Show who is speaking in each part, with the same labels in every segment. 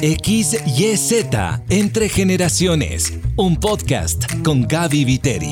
Speaker 1: XYZ Entre Generaciones, un podcast con Gaby Viteri.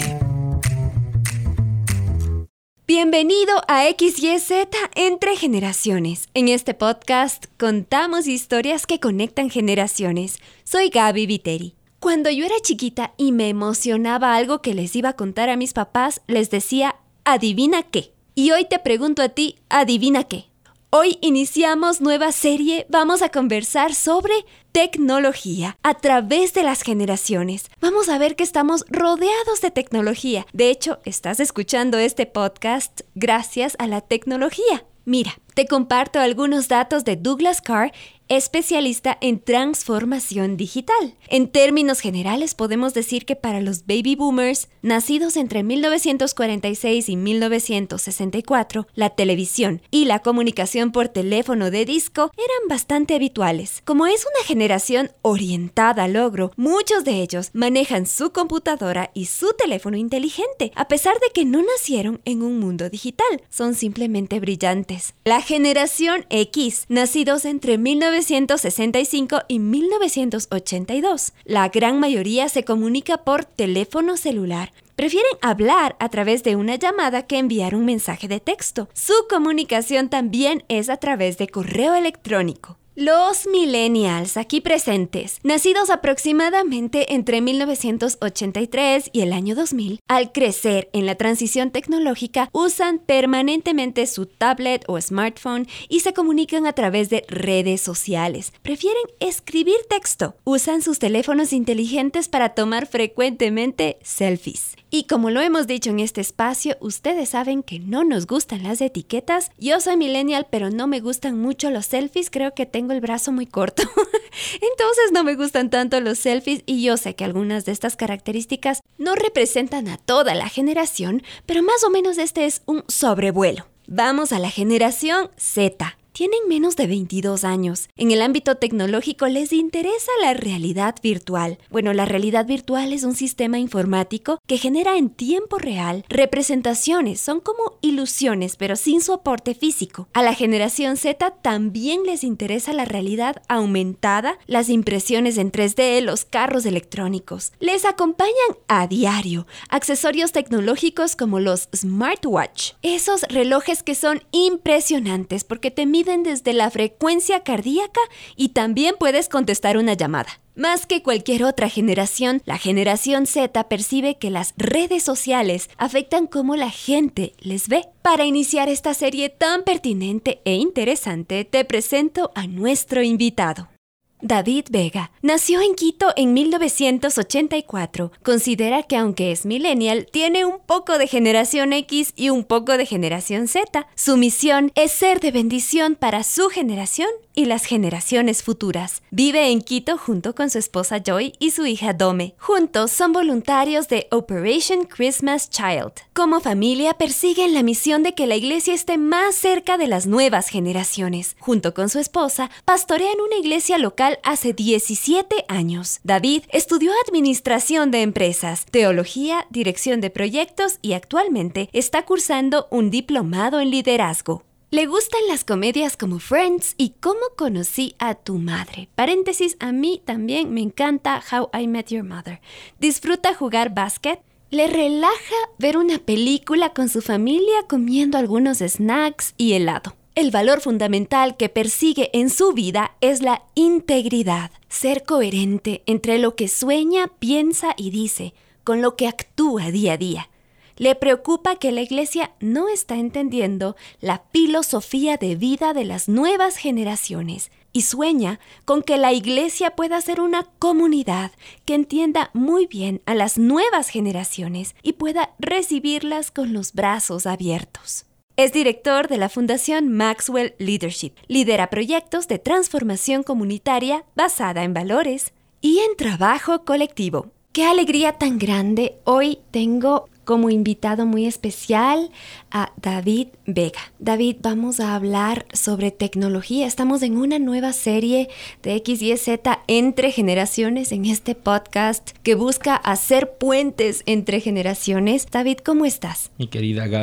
Speaker 2: Bienvenido a XYZ Entre Generaciones. En este podcast contamos historias que conectan generaciones. Soy Gaby Viteri. Cuando yo era chiquita y me emocionaba algo que les iba a contar a mis papás, les decía, ¿adivina qué? Y hoy te pregunto a ti, ¿adivina qué? Hoy iniciamos nueva serie, vamos a conversar sobre tecnología a través de las generaciones. Vamos a ver que estamos rodeados de tecnología. De hecho, estás escuchando este podcast gracias a la tecnología. Mira, te comparto algunos datos de Douglas Carr, especialista en transformación digital. En términos generales, podemos decir que para los baby boomers, nacidos entre 1946 y 1964, la televisión y la comunicación por teléfono de disco eran bastante habituales. Como es una generación orientada al logro, muchos de ellos manejan su computadora y su teléfono inteligente, a pesar de que no nacieron en un mundo digital, son simplemente brillantes. La generación X, nacidos entre 1965 y 1982. La gran mayoría se comunica por teléfono celular. Prefieren hablar a través de una llamada que enviar un mensaje de texto. Su comunicación también es a través de correo electrónico. Los millennials aquí presentes, nacidos aproximadamente entre 1983 y el año 2000, al crecer en la transición tecnológica, usan permanentemente su tablet o smartphone y se comunican a través de redes sociales. Prefieren escribir texto. Usan sus teléfonos inteligentes para tomar frecuentemente selfies. Y como lo hemos dicho en este espacio, ustedes saben que no nos gustan las etiquetas. Yo soy millennial, pero no me gustan mucho los selfies. Creo que tengo el brazo muy corto. Entonces no me gustan tanto los selfies y yo sé que algunas de estas características no representan a toda la generación, pero más o menos este es un sobrevuelo. Vamos a la generación Z. Tienen menos de 22 años. En el ámbito tecnológico les interesa la realidad virtual. Bueno, la realidad virtual es un sistema informático que genera en tiempo real representaciones. Son como ilusiones, pero sin soporte físico. A la generación Z también les interesa la realidad aumentada, las impresiones en 3D, los carros electrónicos. Les acompañan a diario accesorios tecnológicos como los smartwatch. Esos relojes que son impresionantes porque te miden desde la frecuencia cardíaca y también puedes contestar una llamada. Más que cualquier otra generación, la generación Z percibe que las redes sociales afectan cómo la gente les ve. Para iniciar esta serie tan pertinente e interesante, te presento a nuestro invitado. David Vega nació en Quito en 1984. Considera que aunque es millennial, tiene un poco de generación X y un poco de generación Z. Su misión es ser de bendición para su generación y las generaciones futuras. Vive en Quito junto con su esposa Joy y su hija Dome. Juntos son voluntarios de Operation Christmas Child. Como familia persiguen la misión de que la iglesia esté más cerca de las nuevas generaciones. Junto con su esposa, pastorean una iglesia local hace 17 años. David estudió Administración de Empresas, Teología, Dirección de Proyectos y actualmente está cursando un diplomado en liderazgo. Le gustan las comedias como Friends y Cómo conocí a tu madre. Paréntesis, a mí también me encanta How I Met Your Mother. Disfruta jugar básquet. Le relaja ver una película con su familia comiendo algunos snacks y helado. El valor fundamental que persigue en su vida es la integridad. Ser coherente entre lo que sueña, piensa y dice, con lo que actúa día a día. Le preocupa que la iglesia no está entendiendo la filosofía de vida de las nuevas generaciones y sueña con que la iglesia pueda ser una comunidad que entienda muy bien a las nuevas generaciones y pueda recibirlas con los brazos abiertos. Es director de la Fundación Maxwell Leadership. Lidera proyectos de transformación comunitaria basada en valores y en trabajo colectivo. ¡Qué alegría tan grande! Hoy tengo como invitado muy especial a David Vega. David, vamos a hablar sobre tecnología. Estamos en una nueva serie de XYZ Entre Generaciones en este podcast que busca hacer puentes entre generaciones. David, ¿cómo estás?
Speaker 3: Mi querida Gaby,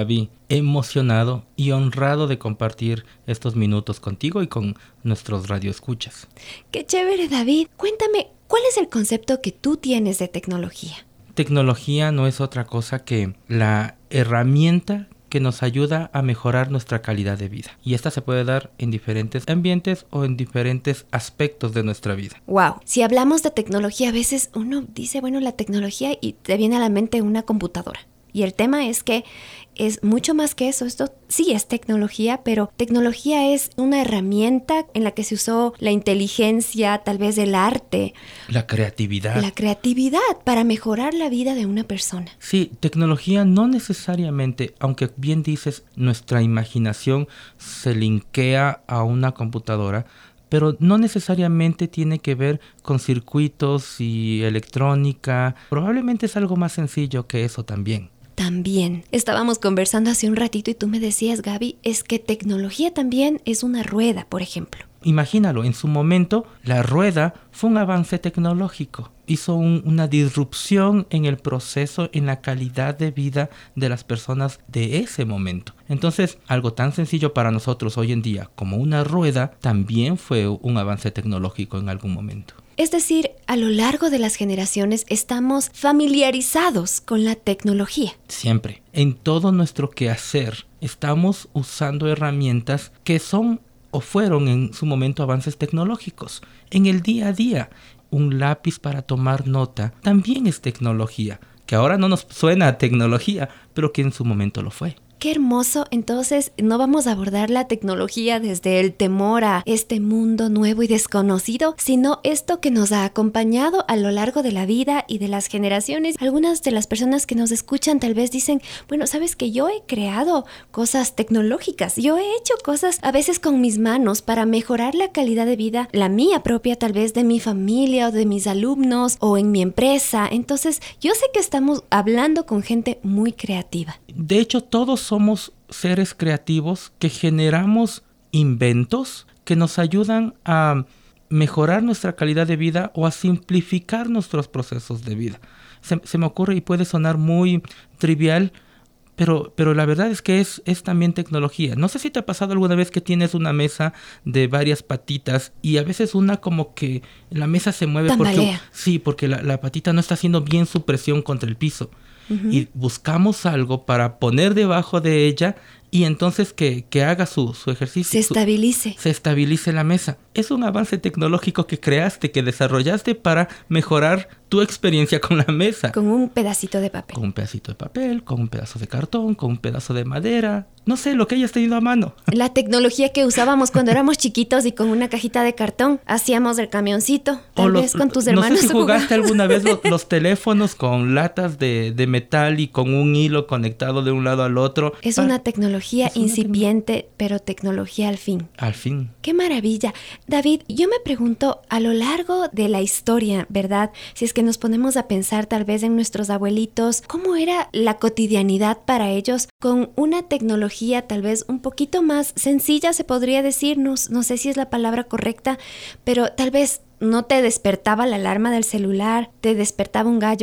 Speaker 3: emocionado y honrado de compartir estos minutos contigo y con nuestros radioescuchas.
Speaker 2: Qué chévere, David. Cuéntame, ¿cuál es el concepto que tú tienes de tecnología?
Speaker 3: Tecnología no es otra cosa que la herramienta que nos ayuda a mejorar nuestra calidad de vida. Y esta se puede dar en diferentes ambientes o en diferentes aspectos de nuestra vida.
Speaker 2: Wow, si hablamos de tecnología, a veces uno dice, bueno, la tecnología y te viene a la mente una computadora. Y el tema es que es mucho más que eso. Esto sí es tecnología, pero tecnología es una herramienta en la que se usó la inteligencia, tal vez el arte.
Speaker 3: La creatividad.
Speaker 2: La creatividad para mejorar la vida de una persona.
Speaker 3: Sí, tecnología no necesariamente, aunque bien dices, nuestra imaginación se linkea a una computadora, pero no necesariamente tiene que ver con circuitos y electrónica. Probablemente es algo más sencillo que eso también.
Speaker 2: También estábamos conversando hace un ratito y tú me decías, Gaby, es que tecnología también es una rueda, por ejemplo.
Speaker 3: Imagínalo, en su momento la rueda fue un avance tecnológico. Hizo una disrupción en el proceso, en la calidad de vida de las personas de ese momento. Entonces, algo tan sencillo para nosotros hoy en día como una rueda también fue un avance tecnológico en algún momento.
Speaker 2: Es decir, a lo largo de las generaciones estamos familiarizados con la tecnología.
Speaker 3: Siempre, en todo nuestro quehacer, estamos usando herramientas que son o fueron en su momento avances tecnológicos. En el día a día, un lápiz para tomar nota también es tecnología, que ahora no nos suena a tecnología, pero que en su momento lo fue.
Speaker 2: Qué hermoso. Entonces, no vamos a abordar la tecnología desde el temor a este mundo nuevo y desconocido, sino esto que nos ha acompañado a lo largo de la vida y de las generaciones. Algunas de las personas que nos escuchan tal vez dicen, bueno, sabes que yo he creado cosas tecnológicas, yo he hecho cosas a veces con mis manos para mejorar la calidad de vida, la mía propia tal vez, de mi familia o de mis alumnos o en mi empresa. Entonces, yo sé que estamos hablando con gente muy creativa.
Speaker 3: De hecho, todos somos seres creativos que generamos inventos que nos ayudan a mejorar nuestra calidad de vida o a simplificar nuestros procesos de vida. Se me ocurre y puede sonar muy trivial, pero la verdad es que es también tecnología. No sé si te ha pasado alguna vez que tienes una mesa de varias patitas y a veces una como que la mesa se mueve porque la patita no está haciendo bien su presión contra el piso. Uh-huh. Y buscamos algo para poner debajo de ella y entonces que haga su ejercicio.
Speaker 2: Se estabilice
Speaker 3: la mesa. Es un avance tecnológico que creaste, que desarrollaste para mejorar tu experiencia con la mesa.
Speaker 2: Con un pedacito de papel.
Speaker 3: Con un pedacito de papel, con un pedazo de cartón, con un pedazo de madera. No sé, lo que hayas tenido a mano.
Speaker 2: La tecnología que usábamos cuando éramos chiquitos y con una cajita de cartón hacíamos el camioncito. Tal vez con tus hermanos.
Speaker 3: No sé si jugaste alguna vez los teléfonos con latas de metal y con un hilo conectado de un lado al otro.
Speaker 2: Es una tecnología incipiente, pero tecnología al fin.
Speaker 3: Al fin.
Speaker 2: ¡Qué maravilla! David, yo me pregunto, a lo largo de la historia, ¿verdad? Si es que nos ponemos a pensar tal vez en nuestros abuelitos, ¿cómo era la cotidianidad para ellos con una tecnología tal vez un poquito más sencilla, se podría decir? No sé si es la palabra correcta, pero tal vez no te despertaba la alarma del celular, te despertaba un gallo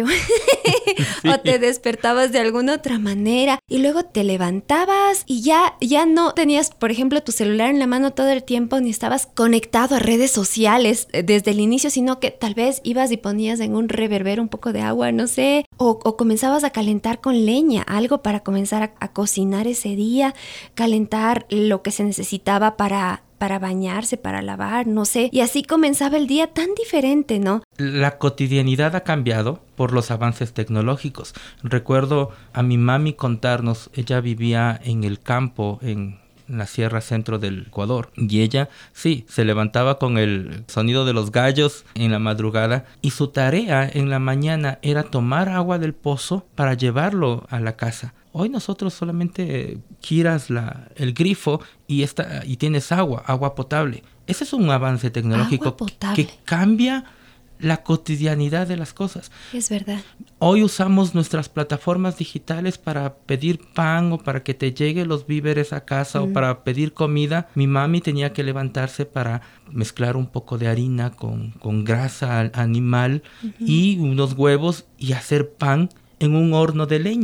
Speaker 2: sí. O te despertabas de alguna otra manera y luego te levantabas y ya no tenías, por ejemplo, tu celular en la mano todo el tiempo ni estabas conectado a redes sociales desde el inicio, sino que tal vez ibas y ponías en un reverbero un poco de agua, no sé, o comenzabas a calentar con leña algo para comenzar a cocinar ese día, calentar lo que se necesitaba para bañarse, para lavar, no sé. Y así comenzaba el día tan diferente, ¿no?
Speaker 3: La cotidianidad ha cambiado por los avances tecnológicos. Recuerdo a mi mami contarnos, ella vivía en el campo, en la sierra centro del Ecuador. Y ella, sí, se levantaba con el sonido de los gallos en la madrugada y su tarea en la mañana era tomar agua del pozo para llevarlo a la casa. Hoy nosotros solamente giras el grifo y tienes agua potable. Ese es un avance tecnológico que cambia la cotidianidad de las cosas.
Speaker 2: Es verdad.
Speaker 3: Hoy usamos nuestras plataformas digitales para pedir pan o para que te lleguen los víveres a casa o para pedir comida. Mi mami tenía que levantarse para mezclar un poco de harina con grasa animal y unos huevos y hacer pan en un horno de leña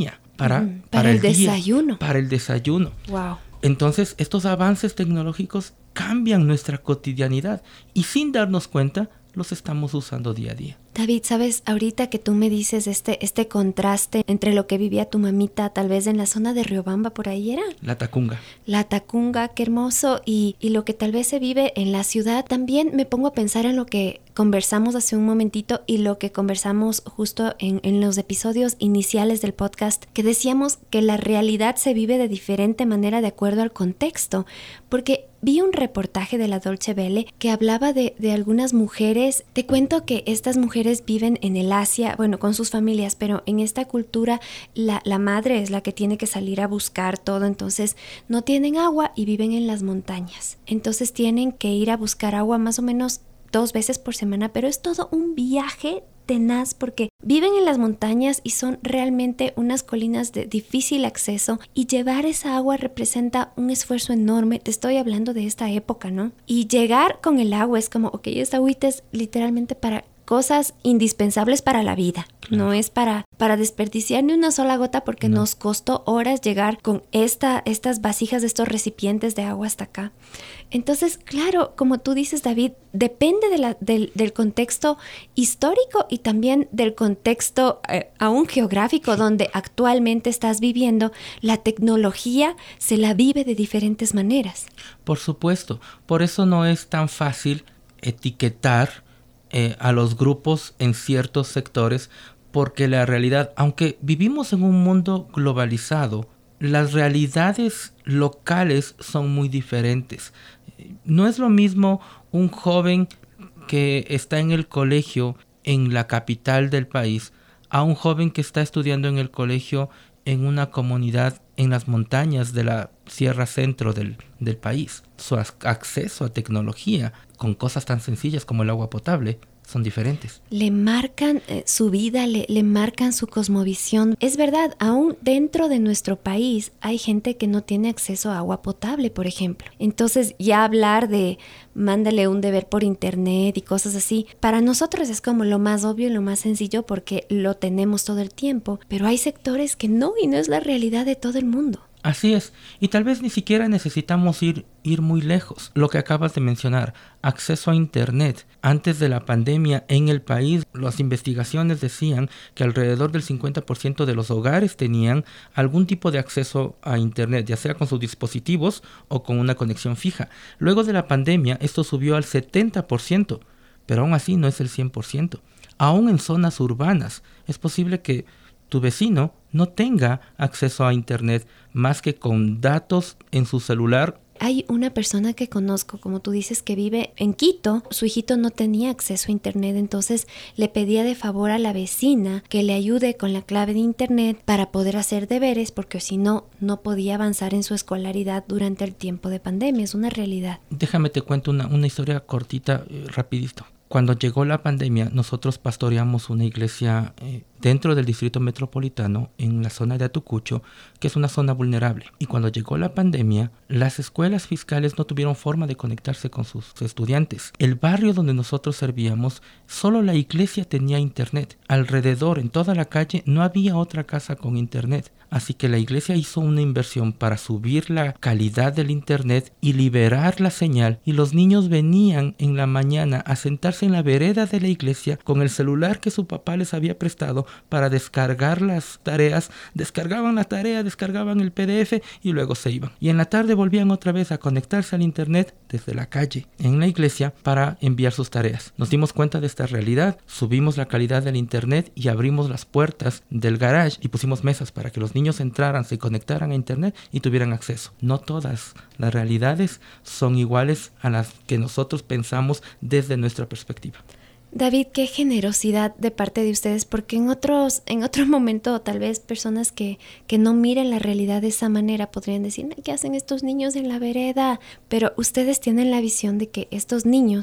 Speaker 3: para
Speaker 2: el
Speaker 3: día,
Speaker 2: desayuno.
Speaker 3: para el desayuno.
Speaker 2: Wow.
Speaker 3: Entonces, estos avances tecnológicos cambian nuestra cotidianidad y sin darnos cuenta los estamos usando día a día.
Speaker 2: David, ¿sabes? Ahorita que tú me dices este contraste entre lo que vivía tu mamita, tal vez en la zona de Riobamba, por ahí era.
Speaker 3: La Tacunga.
Speaker 2: La Tacunga, qué hermoso. Y lo que tal vez se vive en la ciudad, también me pongo a pensar en lo que conversamos hace un momentito y lo que conversamos justo en los episodios iniciales del podcast, que decíamos que la realidad se vive de diferente manera de acuerdo al contexto, porque vi un reportaje de la Deutsche Welle que hablaba de algunas mujeres. Te cuento que estas mujeres viven en el Asia, bueno, con sus familias, pero en esta cultura la madre es la que tiene que salir a buscar todo, entonces no tienen agua y viven en las montañas. Entonces tienen que ir a buscar agua más o menos 2 veces por semana, pero es todo un viaje tenaz porque viven en las montañas y son realmente unas colinas de difícil acceso y llevar esa agua representa un esfuerzo enorme. Te estoy hablando de esta época, ¿no? Y llegar con el agua es como, ok, esta agüita es literalmente para cosas indispensables para la vida. Claro. No es para desperdiciar ni una sola gota porque nos costó horas llegar con estas vasijas, de estos recipientes de agua hasta acá. Entonces, claro, como tú dices, David, depende del contexto histórico y también del contexto aún geográfico donde actualmente estás viviendo. La tecnología se la vive de diferentes maneras.
Speaker 3: Por supuesto, por eso no es tan fácil etiquetar a los grupos en ciertos sectores, porque la realidad, aunque vivimos en un mundo globalizado, las realidades locales son muy diferentes. No es lo mismo un joven que está en el colegio en la capital del país a un joven que está estudiando en el colegio en una comunidad en las montañas de la Sierra Centro del país. Su acceso a tecnología con cosas tan sencillas como el agua potable son diferentes.
Speaker 2: Le marcan su vida, le marcan su cosmovisión. Es verdad, aún dentro de nuestro país hay gente que no tiene acceso a agua potable, por ejemplo. Entonces ya hablar de mándale un deber por internet y cosas así, para nosotros es como lo más obvio y lo más sencillo porque lo tenemos todo el tiempo, pero hay sectores que no, y no es la realidad de todo el mundo.
Speaker 3: Así es, y tal vez ni siquiera necesitamos ir muy lejos. Lo que acabas de mencionar, acceso a internet. Antes de la pandemia en el país, las investigaciones decían que alrededor del 50% de los hogares tenían algún tipo de acceso a internet, ya sea con sus dispositivos o con una conexión fija. Luego de la pandemia, esto subió al 70%, pero aún así no es el 100%. Aún en zonas urbanas, es posible que tu vecino no tenga acceso a internet más que con datos en su celular.
Speaker 2: Hay una persona que conozco, como tú dices, que vive en Quito. Su hijito no tenía acceso a internet, entonces le pedía de favor a la vecina que le ayude con la clave de internet para poder hacer deberes, porque si no, no podía avanzar en su escolaridad durante el tiempo de pandemia. Es una realidad.
Speaker 3: Déjame te cuento una historia cortita, rapidito. Cuando llegó la pandemia, nosotros pastoreamos una iglesia dentro del distrito metropolitano, en la zona de Atucucho, que es una zona vulnerable. Y cuando llegó la pandemia, las escuelas fiscales no tuvieron forma de conectarse con sus estudiantes. El barrio donde nosotros servíamos, solo la iglesia tenía internet. Alrededor, en toda la calle, no había otra casa con internet. Así que la iglesia hizo una inversión para subir la calidad del internet y liberar la señal. Y los niños venían en la mañana a sentarse en la vereda de la iglesia con el celular que su papá les había prestado para descargar las tareas. Descargaban la tarea, descargaban el PDF y luego se iban. Y en la tarde volvían otra vez a conectarse al internet desde la calle, en la iglesia, para enviar sus tareas. Nos dimos cuenta de esta realidad, subimos la calidad del internet y abrimos las puertas del garage y pusimos mesas para que los niños entraran, se conectaran a internet y tuvieran acceso. No todas las realidades son iguales a las que nosotros pensamos desde nuestra perspectiva.
Speaker 2: David, qué generosidad de parte de ustedes, porque en otro momento tal vez personas que no miren la realidad de esa manera podrían decir, ¿qué hacen estos niños en la vereda? Pero ustedes tienen la visión de que estos niños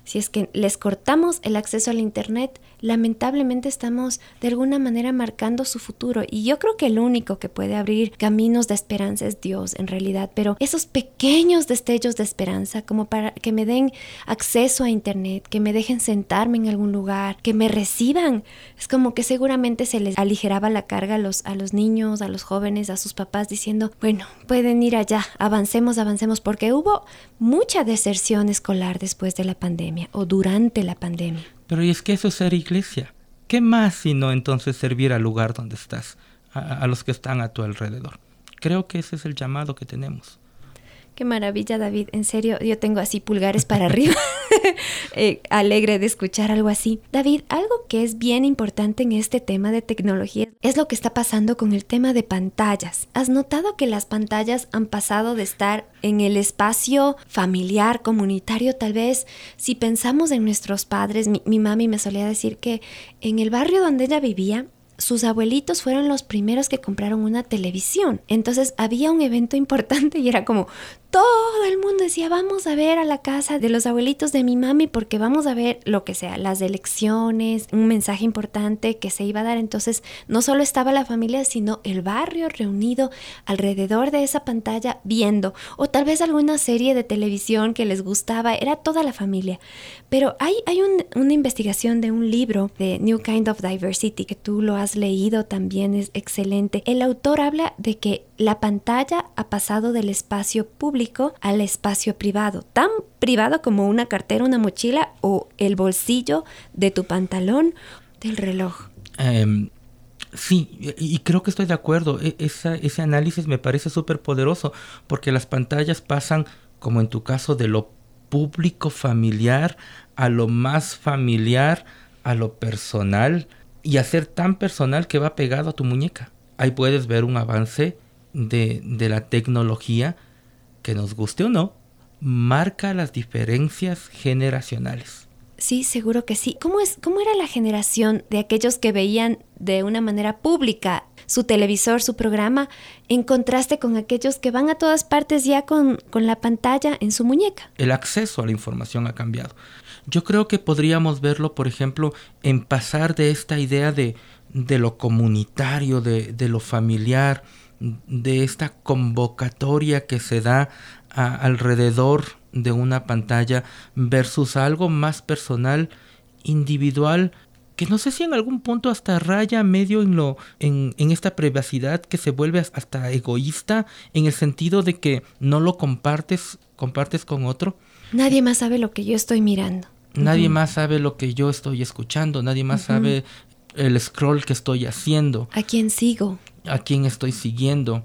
Speaker 2: si es que les cortamos el acceso al internet, lamentablemente estamos de alguna manera marcando su futuro. Y yo creo que el único que puede abrir caminos de esperanza es Dios en realidad. Pero esos pequeños destellos de esperanza, como para que me den acceso a internet, que me dejen sentarme en algún lugar, que me reciban, es como que seguramente se les aligeraba la carga a los niños, a los jóvenes, a sus papás, diciendo, bueno, pueden ir allá, avancemos, porque hubo mucha deserción escolar después de la pandemia o durante la pandemia.
Speaker 3: Pero y es que eso es ser iglesia. ¿Qué más sino entonces servir al lugar donde estás, a los que están a tu alrededor? Creo que ese es el llamado que tenemos.
Speaker 2: Qué maravilla, David. En serio, yo tengo así pulgares para arriba. Alegre de escuchar algo así. David, algo que es bien importante en este tema de tecnología es lo que está pasando con el tema de pantallas. ¿Has notado que las pantallas han pasado de estar en el espacio familiar, comunitario? Tal vez, si pensamos en nuestros padres, mi mami me solía decir que en el barrio donde ella vivía, sus abuelitos fueron los primeros que compraron una televisión. Entonces había un evento importante y era como todo el mundo decía, vamos a ver a la casa de los abuelitos de mi mami porque vamos a ver lo que sea, las elecciones, un mensaje importante que se iba a dar. Entonces no solo estaba la familia, sino el barrio reunido alrededor de esa pantalla viendo, o tal vez alguna serie de televisión que les gustaba, era toda la familia. Pero hay una investigación de un libro de New Kind of Diversity que tú lo has leído también, es excelente. El autor habla de que la pantalla ha pasado del espacio público al espacio privado, tan privado como una cartera, una mochila o el bolsillo de tu pantalón, del reloj.
Speaker 3: Sí, y creo que estoy de acuerdo. Ese análisis me parece súper poderoso porque las pantallas pasan, como en tu caso, de lo público familiar a lo más familiar, a lo personal, y a ser tan personal que va pegado a tu muñeca. Ahí puedes ver un avance de la tecnología que, nos guste o no, marca las diferencias generacionales.
Speaker 2: Sí, seguro que sí. ¿Cómo era la generación de aquellos que veían de una manera pública su televisor, su programa, en contraste con aquellos que van a todas partes ya con la pantalla en su muñeca?
Speaker 3: El acceso a la información ha cambiado. Yo creo que podríamos verlo, por ejemplo, en pasar de esta idea de lo comunitario, de lo familiar, de esta convocatoria que se da alrededor de una pantalla versus algo más personal, individual, que no sé si en algún punto hasta raya medio en esta privacidad que se vuelve hasta egoísta, en el sentido de que no lo compartes con otro.
Speaker 2: Nadie más sabe lo que yo estoy mirando.
Speaker 3: Nadie más sabe lo que yo estoy escuchando, nadie más sabe el scroll que estoy haciendo.
Speaker 2: ¿A quién sigo?
Speaker 3: ¿A quién estoy siguiendo?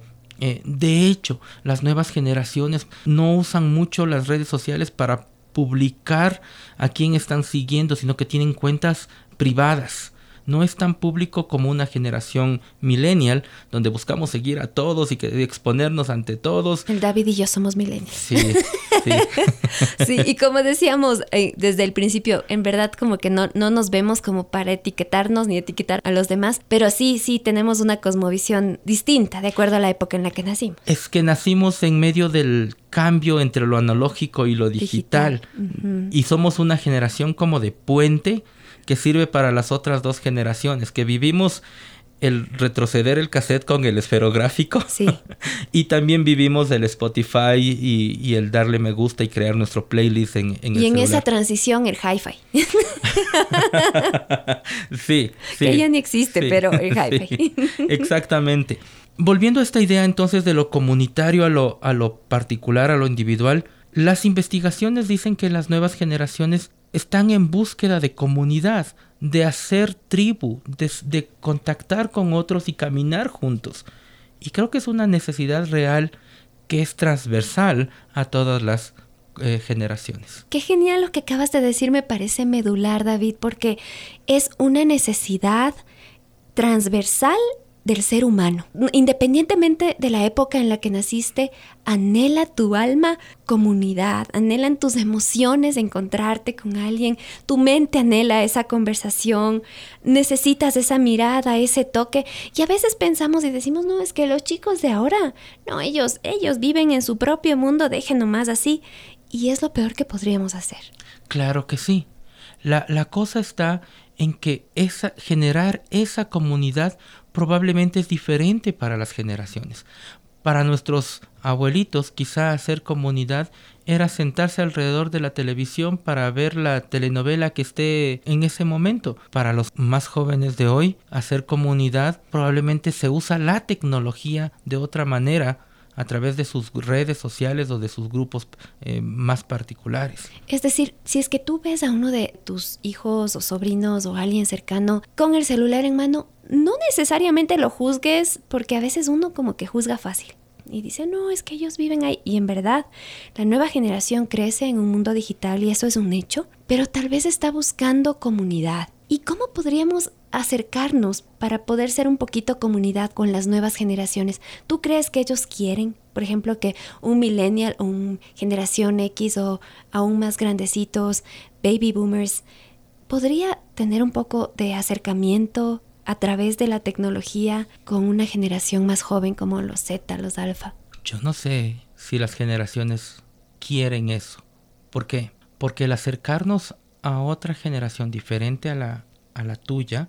Speaker 3: De hecho, las nuevas generaciones no usan mucho las redes sociales para publicar a quién están siguiendo, sino que tienen cuentas privadas. No es tan público como una generación millennial, donde buscamos seguir a todos y exponernos ante todos.
Speaker 2: El David y yo somos millennials.
Speaker 3: Sí, sí.
Speaker 2: Sí, y como decíamos desde el principio, en verdad como que no nos vemos como para etiquetarnos ni etiquetar a los demás, pero sí tenemos una cosmovisión distinta de acuerdo a la época en la que nacimos.
Speaker 3: Es que nacimos en medio del cambio entre lo analógico y lo digital. Y somos una generación como de puente que sirve para las otras dos generaciones, que vivimos el retroceder el cassette con el esferográfico. Sí. Y también vivimos el Spotify y el darle me gusta y crear nuestro playlist en el celular.
Speaker 2: Y en esa transición el hi-fi.
Speaker 3: Sí.
Speaker 2: Que ya ni existe, sí, pero el hi-fi.
Speaker 3: Sí, exactamente. Volviendo a esta idea entonces de lo comunitario a lo particular, a lo individual, las investigaciones dicen que las nuevas generaciones están en búsqueda de comunidad, de hacer tribu, de contactar con otros y caminar juntos. Y creo que es una necesidad real que es transversal a todas las generaciones.
Speaker 2: Qué genial lo que acabas de decir, me parece medular, David, porque es una necesidad transversal del ser humano. Independientemente de la época en la que naciste, anhela tu alma comunidad, anhelan tus emociones encontrarte con alguien, tu mente anhela esa conversación, necesitas esa mirada, ese toque, y a veces pensamos y decimos, no, es que los chicos de ahora, no, ellos viven en su propio mundo, dejen nomás así, y es lo peor que podríamos hacer.
Speaker 3: Claro que sí. La cosa está en que generar esa comunidad probablemente es diferente para las generaciones. Para nuestros abuelitos, quizá hacer comunidad era sentarse alrededor de la televisión para ver la telenovela que esté en ese momento. Para los más jóvenes de hoy, hacer comunidad probablemente se usa la tecnología de otra manera, a través de sus redes sociales o de sus grupos más particulares.
Speaker 2: Es decir, si es que tú ves a uno de tus hijos o sobrinos o alguien cercano con el celular en mano, no necesariamente lo juzgues, porque a veces uno como que juzga fácil y dice, no, es que ellos viven ahí. Y en verdad, la nueva generación crece en un mundo digital y eso es un hecho, pero tal vez está buscando comunidad. ¿Y cómo podríamos acercarnos para poder ser un poquito comunidad con las nuevas generaciones? ¿Tú crees que ellos quieren, por ejemplo, que un millennial o un generación X o aún más grandecitos, baby boomers, podría tener un poco de acercamiento a través de la tecnología con una generación más joven como los Z, los alfa?
Speaker 3: Yo no sé si las generaciones quieren eso. ¿Por qué? Porque el acercarnos a otra generación diferente a la tuya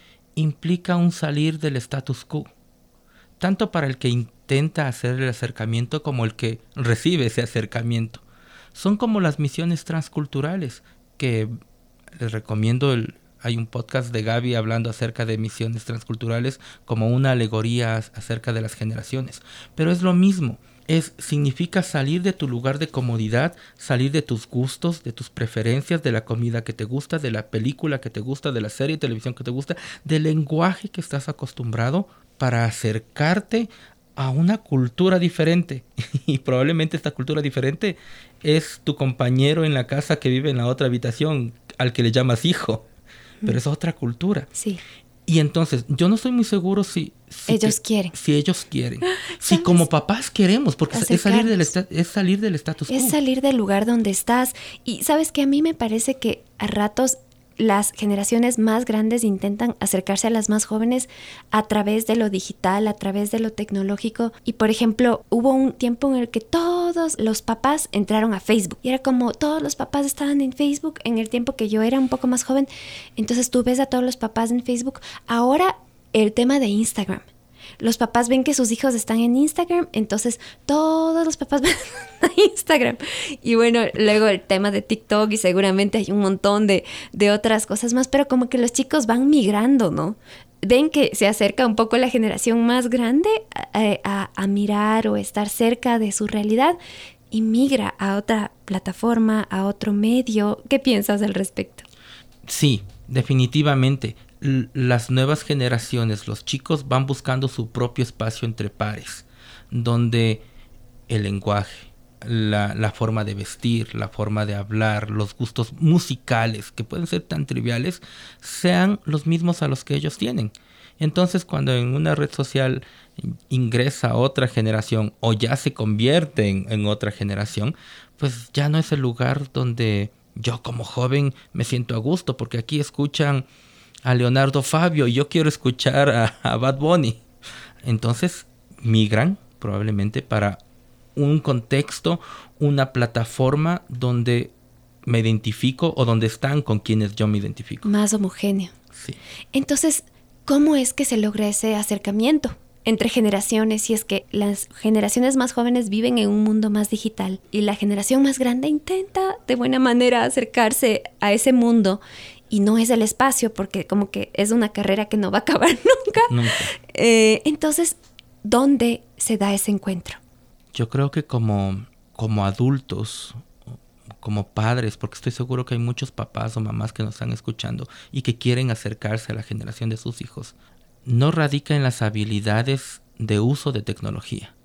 Speaker 3: implica un salir del status quo, tanto para el que intenta hacer el acercamiento como el que recibe ese acercamiento. Son como las misiones transculturales, que les recomiendo, hay un podcast de Gaby hablando acerca de misiones transculturales como una alegoría acerca de las generaciones, pero es lo mismo. Significa salir de tu lugar de comodidad, salir de tus gustos, de tus preferencias, de la comida que te gusta, de la película que te gusta, de la serie de televisión que te gusta, del lenguaje que estás acostumbrado, para acercarte a una cultura diferente. Y probablemente esta cultura diferente es tu compañero en la casa que vive en la otra habitación, al que le llamas hijo, pero es otra cultura.
Speaker 2: Sí.
Speaker 3: Y entonces, yo no estoy muy seguro si
Speaker 2: ellos quieren.
Speaker 3: Si ellos quieren. Si como papás queremos, porque es salir del status quo.
Speaker 2: Es salir del lugar donde estás. Y sabes que a mí me parece que a ratos las generaciones más grandes intentan acercarse a las más jóvenes a través de lo digital, a través de lo tecnológico. Y por ejemplo, hubo un tiempo en el que todos los papás entraron a Facebook. Y era como todos los papás estaban en Facebook en el tiempo que yo era un poco más joven. Entonces tú ves a todos los papás en Facebook. Ahora el tema de Instagram. Los papás ven que sus hijos están en Instagram, entonces todos los papás van a Instagram. Y bueno, luego el tema de TikTok y seguramente hay un montón de otras cosas más, pero como que los chicos van migrando, ¿no? Ven que se acerca un poco la generación más grande a mirar o estar cerca de su realidad y migra a otra plataforma, a otro medio. ¿Qué piensas al respecto?
Speaker 3: Sí, definitivamente. Las nuevas generaciones, los chicos van buscando su propio espacio entre pares, donde el lenguaje, la forma de vestir, la forma de hablar, los gustos musicales, que pueden ser tan triviales, sean los mismos a los que ellos tienen. Entonces, cuando en una red social ingresa otra generación o ya se convierte en otra generación, pues ya no es el lugar donde yo como joven me siento a gusto, porque aquí escuchan a Leonardo Fabio y yo quiero escuchar a Bad Bunny. Entonces migran probablemente para un contexto, una plataforma donde me identifico o donde están con quienes yo me identifico.
Speaker 2: Más homogéneo.
Speaker 3: Sí.
Speaker 2: Entonces, ¿cómo es que se logra ese acercamiento entre generaciones? Si es que las generaciones más jóvenes viven en un mundo más digital y la generación más grande intenta de buena manera acercarse a ese mundo. Y no es el espacio, porque como que es una carrera que no va a acabar nunca. Entonces, ¿dónde se da ese encuentro?
Speaker 3: Yo creo que como adultos, como padres, porque estoy seguro que hay muchos papás o mamás que nos están escuchando y que quieren acercarse a la generación de sus hijos, no radica en las habilidades de uso de tecnología.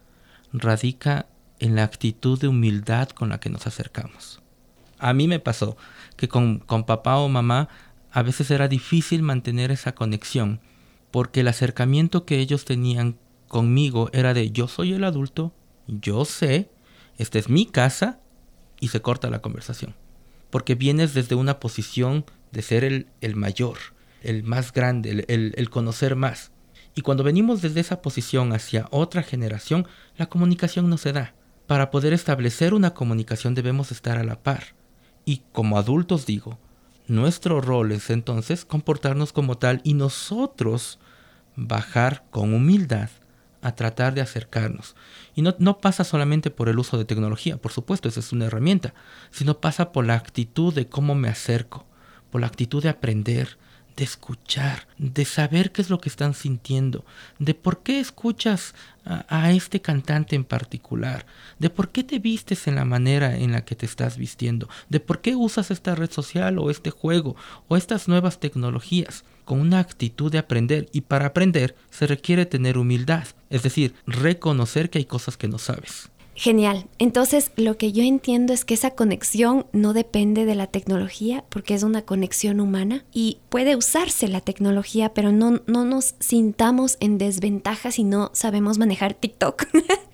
Speaker 3: Radica en la actitud de humildad con la que nos acercamos. A mí me pasó que con papá o mamá a veces era difícil mantener esa conexión, porque el acercamiento que ellos tenían conmigo era de yo soy el adulto, yo sé, esta es mi casa, y se corta la conversación. Porque vienes desde una posición de ser el mayor, el más grande, el conocer más. Y cuando venimos desde esa posición hacia otra generación, la comunicación no se da. Para poder establecer una comunicación debemos estar a la par. Y como adultos digo, nuestro rol es entonces comportarnos como tal y nosotros bajar con humildad a tratar de acercarnos. Y no pasa solamente por el uso de tecnología, por supuesto, esa es una herramienta, sino pasa por la actitud de cómo me acerco, por la actitud de aprender, de escuchar, de saber qué es lo que están sintiendo, de por qué escuchas a este cantante en particular, de por qué te vistes en la manera en la que te estás vistiendo, de por qué usas esta red social o este juego o estas nuevas tecnologías, con una actitud de aprender. Y para aprender se requiere tener humildad, es decir, reconocer que hay cosas que no sabes.
Speaker 2: Genial. Entonces, lo que yo entiendo es que esa conexión no depende de la tecnología, porque es una conexión humana y puede usarse la tecnología, pero no nos sintamos en desventaja si no sabemos manejar TikTok.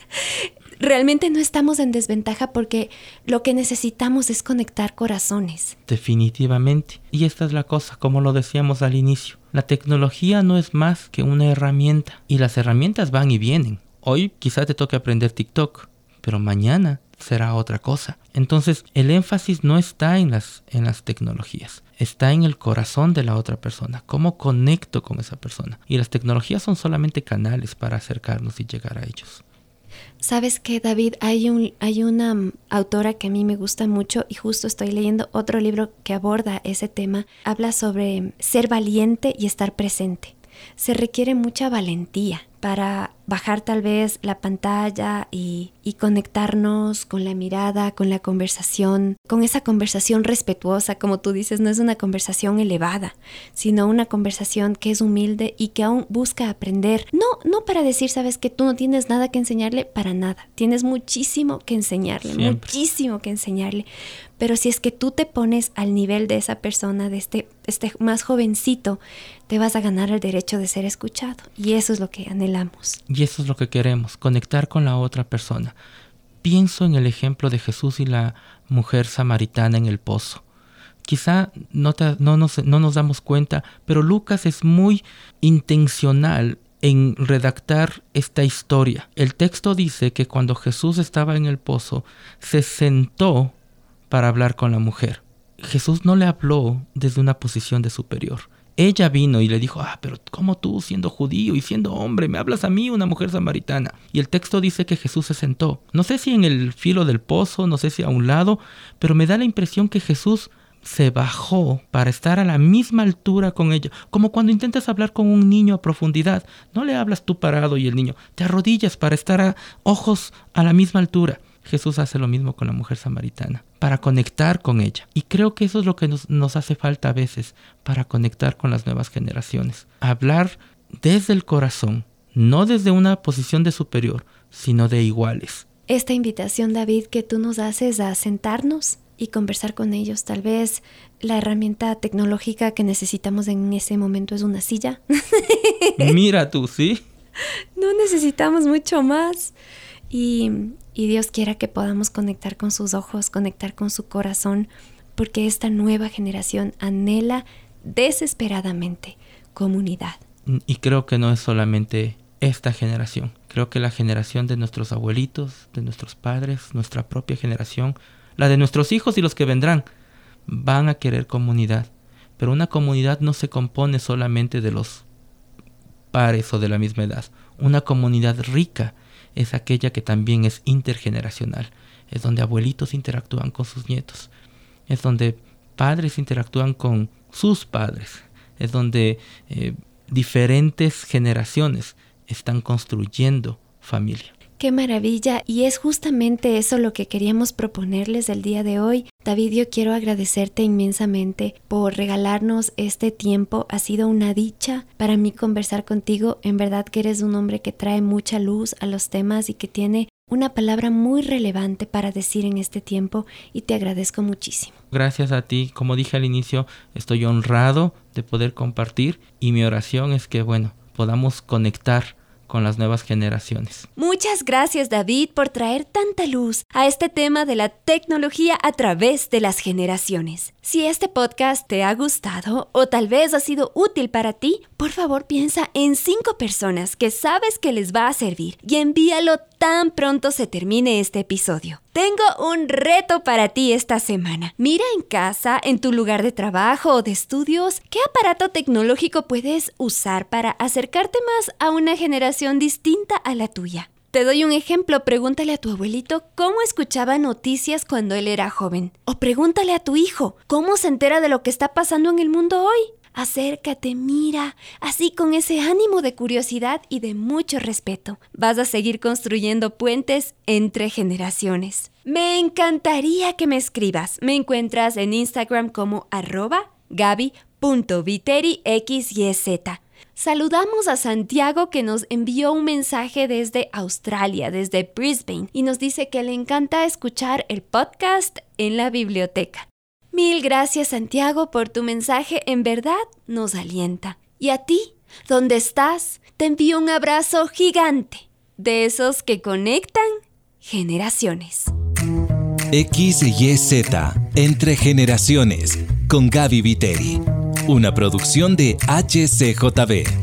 Speaker 2: Realmente no estamos en desventaja porque lo que necesitamos es conectar corazones.
Speaker 3: Definitivamente. Y esta es la cosa, como lo decíamos al inicio. La tecnología no es más que una herramienta y las herramientas van y vienen. Hoy quizá te toque aprender TikTok, pero mañana será otra cosa. Entonces, el énfasis no está en las tecnologías, está en el corazón de la otra persona, cómo conecto con esa persona. Y las tecnologías son solamente canales para acercarnos y llegar a ellos.
Speaker 2: ¿Sabes qué, David? Hay una autora que a mí me gusta mucho y justo estoy leyendo otro libro que aborda ese tema. Habla sobre ser valiente y estar presente. Se requiere mucha valentía para bajar tal vez la pantalla y conectarnos con la mirada, con la conversación, con esa conversación respetuosa, como tú dices, no es una conversación elevada, sino una conversación que es humilde y que aún busca aprender. No para decir, sabes que tú no tienes nada que enseñarle, para nada. Tienes muchísimo que enseñarle, muchísimo que enseñarle. Pero si es que tú te pones al nivel de esa persona, de este más jovencito, te vas a ganar el derecho de ser escuchado. Y eso es lo que anhelamos.
Speaker 3: Y eso es lo que queremos, conectar con la otra persona. Pienso en el ejemplo de Jesús y la mujer samaritana en el pozo. Quizá no nos damos cuenta, pero Lucas es muy intencional en redactar esta historia. El texto dice que cuando Jesús estaba en el pozo, se sentó para hablar con la mujer. Jesús no le habló desde una posición de superior. Ella vino y le dijo, pero ¿cómo tú, siendo judío y siendo hombre, me hablas a mí, una mujer samaritana? Y el texto dice que Jesús se sentó. No sé si en el filo del pozo, no sé si a un lado, pero me da la impresión que Jesús se bajó para estar a la misma altura con ella. Como cuando intentas hablar con un niño a profundidad. No le hablas tú parado y el niño. Te arrodillas para estar a ojos a la misma altura. Jesús hace lo mismo con la mujer samaritana, para conectar con ella. Y creo que eso es lo que nos hace falta a veces para conectar con las nuevas generaciones. Hablar desde el corazón, no desde una posición de superior, sino de iguales.
Speaker 2: Esta invitación, David, que tú nos haces a sentarnos y conversar con ellos. Tal vez la herramienta tecnológica que necesitamos en ese momento es una silla.
Speaker 3: Mira tú, ¿sí?
Speaker 2: No necesitamos mucho más. Y Dios quiera que podamos conectar con sus ojos, conectar con su corazón, porque esta nueva generación anhela desesperadamente comunidad.
Speaker 3: Y creo que no es solamente esta generación. Creo que la generación de nuestros abuelitos, de nuestros padres, nuestra propia generación, la de nuestros hijos y los que vendrán, van a querer comunidad. Pero una comunidad no se compone solamente de los pares o de la misma edad. Una comunidad rica es aquella que también es intergeneracional. Es donde abuelitos interactúan con sus nietos. Es donde padres interactúan con sus padres. Es donde diferentes generaciones están construyendo familia.
Speaker 2: ¡Qué maravilla! Y es justamente eso lo que queríamos proponerles el día de hoy. David, yo quiero agradecerte inmensamente por regalarnos este tiempo. Ha sido una dicha para mí conversar contigo. En verdad que eres un hombre que trae mucha luz a los temas y que tiene una palabra muy relevante para decir en este tiempo y te agradezco muchísimo.
Speaker 3: Gracias a ti. Como dije al inicio, estoy honrado de poder compartir y mi oración es que, podamos conectar con las nuevas generaciones.
Speaker 2: Muchas gracias, David, por traer tanta luz a este tema de la tecnología a través de las generaciones. Si este podcast te ha gustado o tal vez ha sido útil para ti, por favor piensa en 5 personas que sabes que les va a servir y envíalo tan pronto se termine este episodio. Tengo un reto para ti esta semana. Mira en casa, en tu lugar de trabajo o de estudios, ¿qué aparato tecnológico puedes usar para acercarte más a una generación distinta a la tuya? Te doy un ejemplo, pregúntale a tu abuelito cómo escuchaba noticias cuando él era joven. O pregúntale a tu hijo cómo se entera de lo que está pasando en el mundo hoy. Acércate, mira, así con ese ánimo de curiosidad y de mucho respeto. Vas a seguir construyendo puentes entre generaciones. Me encantaría que me escribas. Me encuentras en Instagram como @gaby.viterixyz. Saludamos a Santiago, que nos envió un mensaje desde Australia, desde Brisbane, y nos dice que le encanta escuchar el podcast en la biblioteca. Mil gracias, Santiago, por tu mensaje, en verdad nos alienta. Y a ti, ¿dónde estás? Te envío un abrazo gigante, de esos que conectan generaciones.
Speaker 1: XYZ, Entre Generaciones, con Gaby Viteri. Una producción de HCJB.